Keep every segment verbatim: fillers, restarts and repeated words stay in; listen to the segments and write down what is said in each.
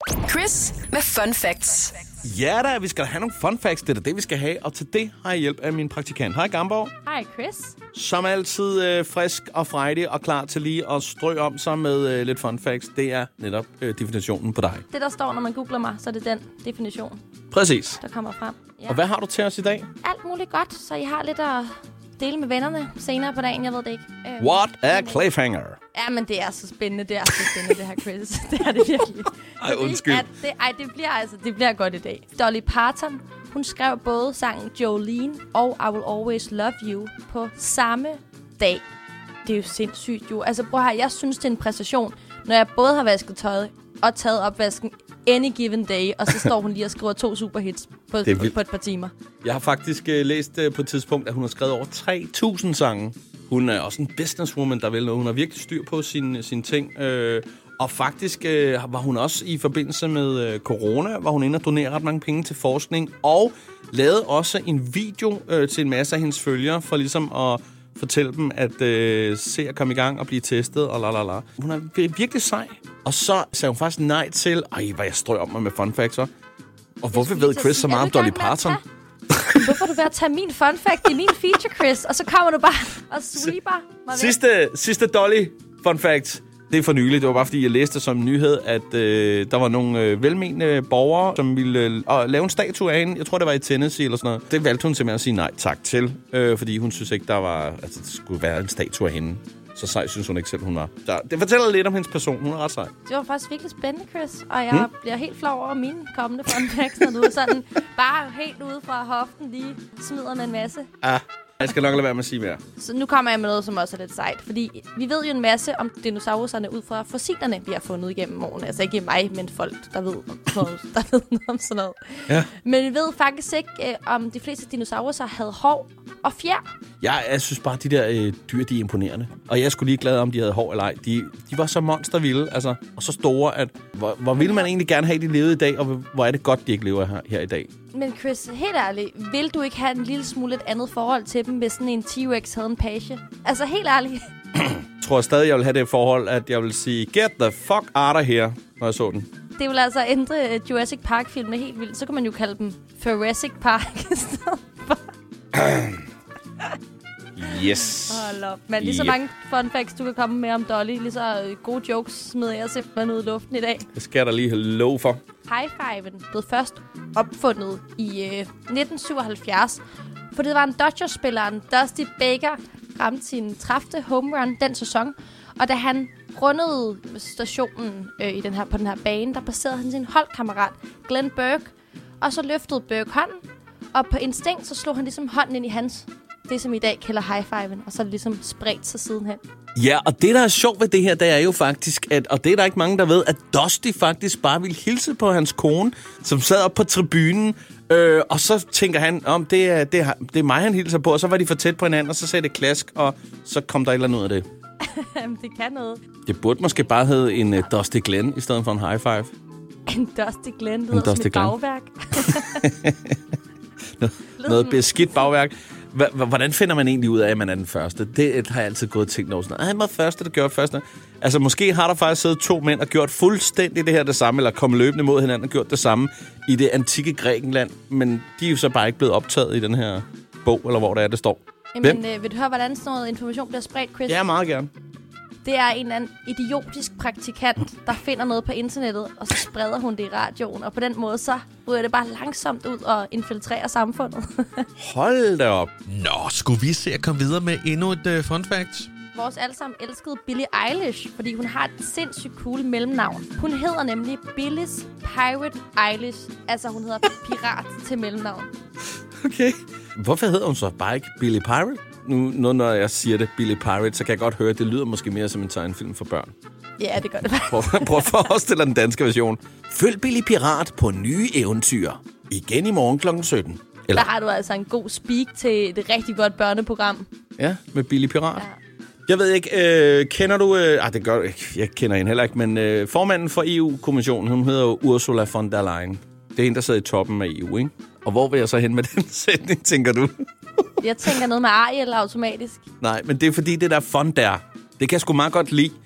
Chris med Fun Facts. Ja da, vi skal have nogle fun facts. Det er det, vi skal have. Og til det har jeg hjælp af min praktikant. Hej Gamborg. Hej Chris. Som altid øh, frisk og frejdig og klar til lige at strø om sig med øh, lidt fun facts. Det er netop øh, definitionen på dig. Det, der står, når man googler mig, så er det den definition, Præcis. der kommer frem. Ja. Og hvad har du til os i dag? Alt muligt godt, så I har lidt at dele med vennerne senere på dagen. Jeg ved det ikke. Øh, What a cliffhanger. Ja, men det er så spændende. Det er så spændende, det her, Chris. Det er det virkelig. Ej, undskyld. At det, ej, det bliver altså det bliver godt i dag. Dolly Parton, hun skrev både sangen Jolene og I Will Always Love You på samme dag. Det er jo sindssygt jo. Altså prøv her, jeg synes, det er en præstation, når jeg både har vasket tøjet og taget opvasken any given day, og så står hun lige og skriver to superhits på, på et par timer. Jeg har faktisk øh, læst øh, på et tidspunkt, at hun har skrevet over tre tusind sange. Hun er også en businesswoman, der vil noget. Hun har virkelig styr på sine, sine ting. Øh, og faktisk øh, var hun også i forbindelse med øh, corona, hvor hun inde og donerede ret mange penge til forskning, og lavede også en video øh, til en masse af hendes følgere, for ligesom at fortælle dem, at øh, se at komme i gang og blive testet, og la la la. Hun er virkelig sej. Og så sagde hun faktisk nej til, ej, hvad jeg strøg om mig med fun facts. Og hvorfor ved Chris så meget om Dolly Parton? Hvorfor er du ved at tage min fun fact i min feature, Chris? Og så kommer du bare og sweeper mig sidste, sidste Dolly fun fact. Det er for nyligt. Det var bare fordi, jeg læste som nyhed, at øh, der var nogle øh, velmenende borgere, som ville øh, lave en statue af hende. Jeg tror, det var i Tennessee eller sådan noget. Det valgte hun simpelthen at sige nej tak til, øh, fordi hun synes ikke, der var, altså, det skulle være en statue af hende. Så sej synes hun ikke selv, hun var. Så det fortæller lidt om hendes person. Hun er ret sej. Det var faktisk virkelig spændende, Chris. Og jeg hmm? bliver helt flov over mine kommende fun facts, når du er sådan bare helt ude fra hoften lige smider med en masse. Ah. Jeg skal nok lade være med at sige mere. Så nu kommer jeg med noget, som også er lidt sejt. Fordi vi ved jo en masse om dinosaurerne ud fra fossilerne, vi har fundet igennem årene. Altså ikke mig, men folk, der ved noget, der ved noget om sådan noget. Ja. Men vi ved faktisk ikke, øh, om de fleste dinosaurer havde hår og fjer. Ja, jeg synes bare, de der øh, dyr, de er imponerende. Og jeg skulle lige glad om, de havde hår eller ej. De, de var så monstervilde, altså. Og så store, at hvor, hvor ville man egentlig gerne have, de levede i dag, og hvor er det godt, de ikke lever her, her i dag. Men Chris, helt ærligt, vil du ikke have en lille smule et andet forhold til dem, hvis sådan en T-Rex havde en page? Altså helt ærligt. Jeg tror stadig, jeg vil have det forhold, at jeg vil sige, get the fuck out of here, når jeg så den. Det vil altså ændre Jurassic Park-filmene helt vildt. Så kan man jo kalde dem Jurassic Park i stedet for. Yes. Hold op. Men lige så yep. mange fun facts, du kan komme med om Dolly, lige så gode jokes smider jeg simpelthen ud i luften i dag. Det skal der lige have lov for. High-fiven blev først opfundet i øh, nitten syvoghalvfjerds, for det var en Dodgers-spilleren, Dusty Baker, ramte sin træfte home run den sæson. Og da han rundede stationen øh, i den her, på den her bane, der passerede han sin holdkammerat Glenn Burke, og så løftede Burke hånden, og på instinkt så slog han ligesom hånden ind i hans, det som i dag kalder high-fiven, og så er det ligesom spredt sig sidenhen. Ja, og det, der er sjovt ved det her, det er jo faktisk, at, og det er der ikke mange, der ved, at Dusty faktisk bare ville hilse på hans kone, som sad op på tribunen, øh, og så tænker han, om det er, det, er, det er mig, han hilser på, og så var de for tæt på hinanden, og så sagde det klask, og så kom der et eller andet ud af det. Det kan noget. Det burde måske bare hedde en uh, Dusty Glenn, i stedet for en high five. En Dusty Glenn, det hedder som et bagværk. noget noget beskidt bagværk. Hvordan finder man egentlig ud af, at man er den første? Det har jeg altid gået og tænkt over sådan. Han var første, der gjorde første. Altså, måske har der faktisk siddet to mænd og gjort fuldstændig det her det samme, eller kommet løbende mod hinanden og gjort det samme i det antikke Grækenland. Men de er jo så bare ikke blevet optaget i den her bog, eller hvor det er, det står. Jamen, øh, vil du høre, hvordan sådan noget information bliver spredt, Chris? Ja, meget gerne. Det er en eller anden idiotisk praktikant, der finder noget på internettet, og så spreder hun det i radioen. Og på den måde, så ryger det bare langsomt ud og infiltrerer samfundet. Hold da op. Nå, skulle vi se at komme videre med endnu et uh, fun fact? Vores allesammen elskede Billie Eilish, fordi hun har et sindssygt cool mellemnavn. Hun hedder nemlig Billis Pirate Eilish. Altså, hun hedder pirat til mellemnavn. Okay. Hvorfor hedder hun så bare ikke Billie Pirate? Nu, nu, når jeg siger det, Billie Pirate, så kan jeg godt høre, at det lyder måske mere som en tegnefilm for børn. Ja, det gør det. Prøv, prøv at forestille dig den danske version. Følg Billie Pirat på nye eventyr. Igen i morgen klokken sytten. Eller? Der har du altså en god speak til et rigtig godt børneprogram. Ja, med Billie Pirat. Ja. Jeg ved ikke, øh, kender du... Øh, ah, det gør ikke. Jeg kender hende heller ikke, men øh, formanden for E U-kommissionen, hun hedder jo Ursula von der Leyen. Det er hende, der sidder i toppen af E U, ikke? Og hvor vil jeg så hen med den sætning, tænker du? Jeg tænker noget med Ariel automatisk. Nej, men det er fordi, det der fond der, det kan jeg sgu meget godt lide.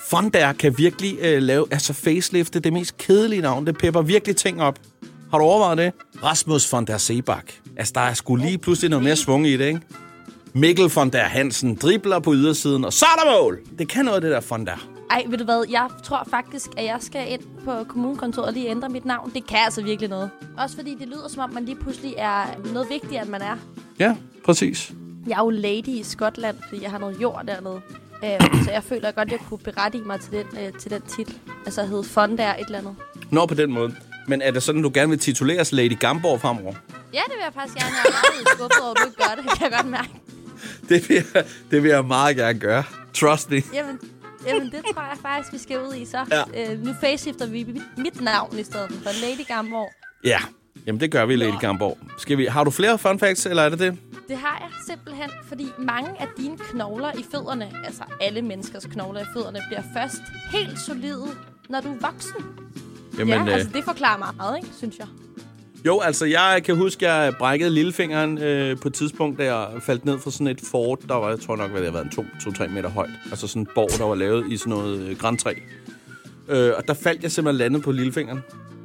Fonder kan virkelig øh, lave, altså facelifte det mest kedelige navn. Det pepper virkelig ting op. Har du overvejet det? Rasmus von der Sebak. Altså, der er sgu lige pludselig noget mere svung i det, ikke? Mikkel von der Hansen dribler på ydersiden, og så er der mål! Det kan noget, det der von der. Ej, ved du hvad? Jeg tror faktisk, at jeg skal ind på kommunekontoret og lige ændre mit navn. Det kan altså virkelig noget. Også fordi det lyder, som om man lige pludselig er noget vigtigere, end man er. Ja, præcis. Jeg er jo lady i Skotland, fordi jeg har noget jord dernede. Øh, så jeg føler godt, at jeg kunne berettige mig til den, øh, til den titel. Altså, jeg hed von der et eller andet. Nå, på den måde. Men er det sådan, du gerne vil tituleres Lady Gamborg fremover? Ja, det vil jeg faktisk gerne. Jeg er meget skuffet over, at du ikke gør det. Det kan jeg godt mærke. Det vil jeg, det vil jeg meget gerne gøre. Trust me. Jamen, jamen, det tror jeg faktisk, vi skal ud i så. Ja. Øh, nu faceshifter vi mit, mit navn i stedet for Lady Gamborg. Ja, jamen det gør vi, Lady Gamborg. Skal vi, har du flere fun facts, eller er det det? Det har jeg simpelthen, fordi mange af dine knogler i fødderne, altså alle menneskers knogler i fødderne, bliver først helt solide, når du er voksen. Jamen, ja, øh... altså det forklarer meget, ikke, synes jeg. Jo, altså jeg kan huske, at jeg brækkede lillefingeren øh, på et tidspunkt, da jeg faldt ned fra sådan et fort, der var, jeg tror nok, hvad det har været en to til tre meter højt. Altså sådan en borg, der var lavet i sådan noget øh, grantræ. Øh, og der faldt jeg simpelthen landet på lillefingeren.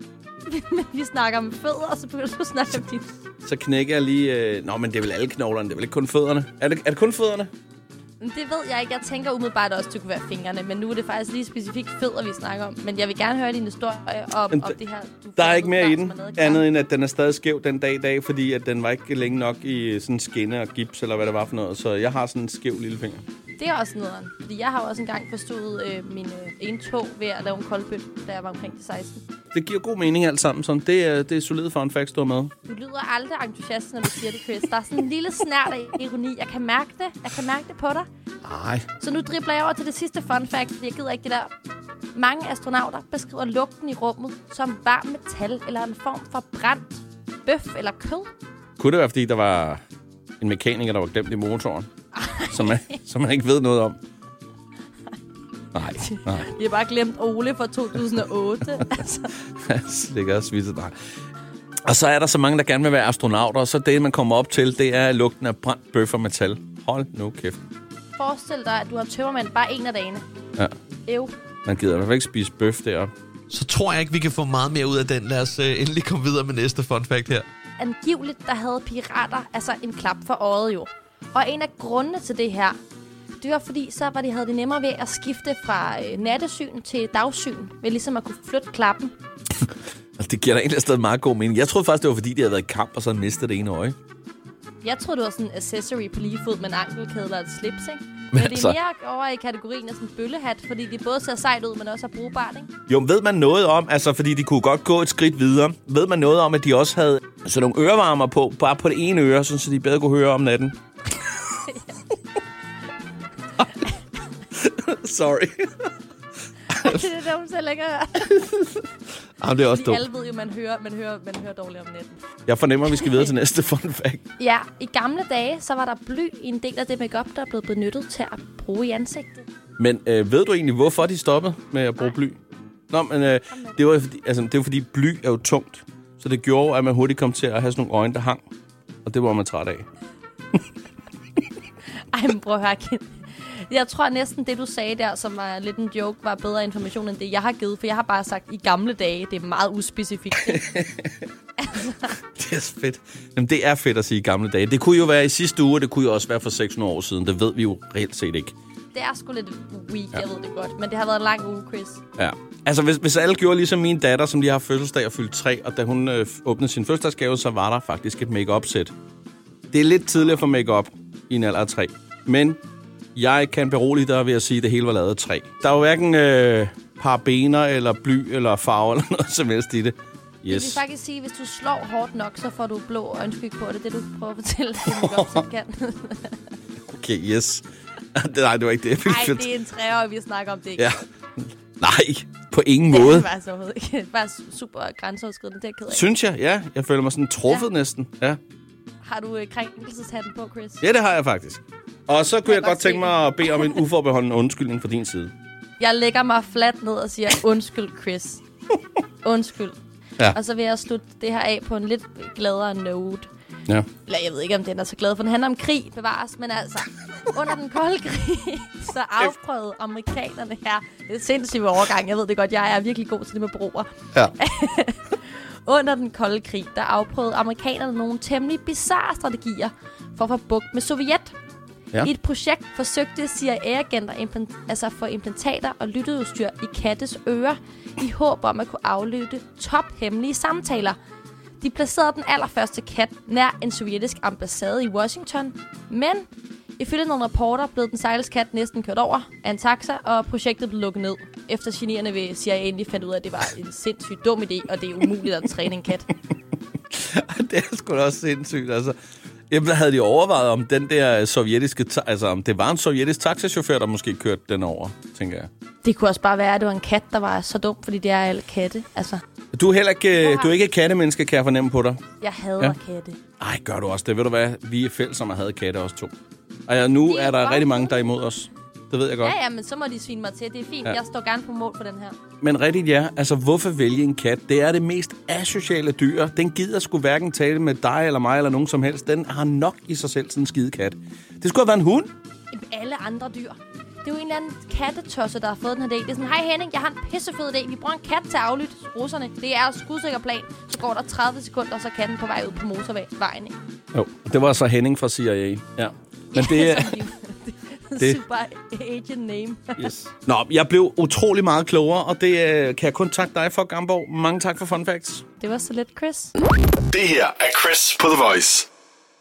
Vi snakker om fødder, og så begynder du at snakke om dit. Så knækker jeg lige... Øh... Nå, men det er vel alle knoglerne, det er vel ikke kun fødderne? Er det, er det kun fødderne? Det ved jeg ikke. Jeg tænker umiddelbart også, at det kunne være fingrene. Men nu er det faktisk lige specifikt fødder, vi snakker om. Men jeg vil gerne høre din historie om, d- om det her. Du der er ikke mere klar, i den, andet end at den er stadig skæv den dag i dag, fordi at den var ikke længe nok i sådan skinne og gips, eller hvad det var for noget. Så jeg har sådan en skæv lillefinger. Det er også nederen. Fordi jeg har jo også engang forstået øh, min øh, ene tog ved at lave en koldbøn, da jeg var omkring de seksten. Det giver god mening alt sammen. Sådan. Det er, det er solid fun facts, du har med. Du lyder aldrig entusiastisk, når du siger det, Chris. Der er sådan en lille snert af ironi. Jeg kan mærke det. Jeg kan mærke det på dig. Nej. Så nu dribler jeg over til det sidste fun fact, fordi jeg gider ikke det der. Mange astronauter beskriver lugten i rummet som varm metal eller en form for brændt bøf eller kød. Kunne det være, fordi der var en mekaniker, der var glemt i motoren, som man, som man ikke ved noget om? Nej, nej. Vi har bare glemt Ole fra to tusind og otte. Altså. Slikker og svitset. Nej. Og så er der så mange, der gerne vil være astronauter, og så det, man kommer op til, det er lugten af brændt bøf og metal. Hold nu kæft. Forestil dig, at du har tømmermænd bare en af dagene. Ja. Ev. Man gider i hvert fald ikke spise bøf deroppe. Så tror jeg ikke, vi kan få meget mere ud af den. Lad os uh, endelig komme videre med næste fun fact her. Angiveligt, der havde pirater altså en klap for øjet jo. Og en af grundene til det her, det var fordi, så var de, havde det nemmere ved at skifte fra øh, nattesyn til dagsyn, ved ligesom at kunne flytte klappen. Det giver da egentlig stadig meget god mening. Jeg troede faktisk, det var fordi, de havde været i kamp, og så mistet det ene øje. Jeg troede, det var sådan en accessory på lige fod med en ankelkæde eller et slips, ikke? Men, men det er altså... mere over i kategorien af sådan en bøllehat, fordi det både ser sejt ud, men også er brugbart, ikke? Jo, ved man noget om, altså fordi de kunne godt gå et skridt videre, ved man noget om, at de også havde sådan nogle ørevarmer på, bare på det ene øre, så de bedre kunne høre om natten? Sorry. Det er det, hun selv ikke hører. Jamen, det er også dumt. Alle ved jo, man hører, man hører, man hører dårligt om natten. Jeg fornemmer, at vi skal videre til næste fun fact. Ja, i gamle dage, så var der bly i en del af det makeup, der er blevet benyttet til at bruge i ansigtet. Men øh, ved du egentlig, hvorfor de stoppede med at bruge bly? Nå, men øh, det var fordi, altså, det var fordi bly er jo tungt. Så det gjorde, at man hurtigt kom til at have sådan nogle øjne, der hang. Og det var man træt af. Ej, men prøv at høre, Kim. Jeg tror næsten, det du sagde der, som var lidt en joke, var bedre information end det, jeg har givet. For jeg har bare sagt, i gamle dage, det er meget uspecifikt. Altså. Det er fedt. Jamen, det er fedt at sige i gamle dage. Det kunne jo være i sidste uge, det kunne jo også være for seks hundrede år siden. Det ved vi jo reelt set ikke. Det er sgu lidt weak, ja. Jeg ved det godt. Men det har været en lang uge, Chris. Ja. Altså, hvis, hvis alle gjorde ligesom min datter, som lige har fødselsdag og fyldt tre, og da hun øh, åbnede sin fødselsdagsgave, så var der faktisk et make-up-sæt. Det er lidt tidligere for make-up i en alder af tre. Men jeg kan berolige dig ved at sige, at det hele var lavet af træ. Der er jo hverken øh, parabener, eller bly, eller farve, eller noget som helst i det. Yes. Det vil faktisk sige, at hvis du slår hårdt nok, så får du blå øjenskygge på det. Det, du prøver at fortælle, det du kan. Okay, yes. Nej, det var ikke det, jeg ville Nej, det er en treår, vi snakker om det ikke. Ja. Nej, på ingen det måde. Det er bare så ikke. Bare super grænseoverskridende, det er jeg ked af. Synes jeg, ja. Jeg føler mig sådan truffet ja. næsten. Ja. Har du øh, krænkelseshatten på, Chris? Ja, det har jeg faktisk. Og så kunne jeg, jeg godt, godt tænke mig at bede om en uforbeholden undskyldning fra din side. Jeg lægger mig fladt ned og siger, undskyld, Chris. Undskyld. Ja. Og så vil jeg slutte det her af på en lidt gladere note. Ja. Eller jeg ved ikke, om den er så glad, for den handler om krig, bevares. Men altså, Under den kolde krig, så afprøvede amerikanerne her. Det er sindssygt overgang. Jeg ved det godt, jeg er virkelig god til det med broer. Ja. Under den kolde krig, der afprøvede amerikanerne nogle temmelig bizarre strategier for at få bugt med Sovjet. Ja. I et projekt forsøgte C I A-agenter implant- altså at få implantater og lytteudstyr i kattes ører, i håb om at kunne aflytte tophemmelige samtaler. De placerede den allerførste kat nær en sovjetisk ambassade i Washington, men ifølge nogle rapporter blev den sejlers kat næsten kørt over af en taxa, og projektet blev lukket ned, efter genierne ved C I A endelig fandt ud af, at det var en sindssygt dum idé, og det er umuligt at træne en kat. Det er sgu da også sindssygt, altså. Jamen, havde de overvejet, om den der sovjetiske... Ta- altså, om det var en sovjetisk taxachauffør, der måske kørte den over, tænker jeg. Det kunne også bare være, at det var en kat, der var så dum, fordi det er alle katte, altså. Du er heller ikke, du er ikke et kattemenneske, kan jeg fornemme på dig. Jeg hader ja. katte. Ej, gør du også det. Ved du hvad? Vi er fælles om at have katte også to. Og ja, nu er der rigtig mange, der er imod os. Det ved jeg godt. Ja, ja, men så må de svine mig til. Det er fint. Ja. Jeg står gerne på mål for den her. Men rigtigt ja, altså hvorfor vælge en kat? Det er det mest asociale dyr. Den gider sgu hverken tale med dig eller mig eller nogen som helst. Den har nok i sig selv sådan en skide kat. Det skulle have været en hund. Alle andre dyr. Det er jo en eller anden kattetosse, der har fået den her idé. Det er sådan, hej Henning, jeg har en pissefed idé. Vi bruger en kat til at aflytte russerne. Det er skudsikker plan. Så går der tredive sekunder, og så er katten på vej ud på motorvejen. Jo, det var så Henning fra C I A. Ja. Men det er... Det. Super agent name. Yes. Nå, jeg blev utrolig meget klogere, og det uh, kan jeg kun takke dig for, Gamborg. Mange tak for fun facts. Det var så lidt, Chris. Det her er Chris på The Voice.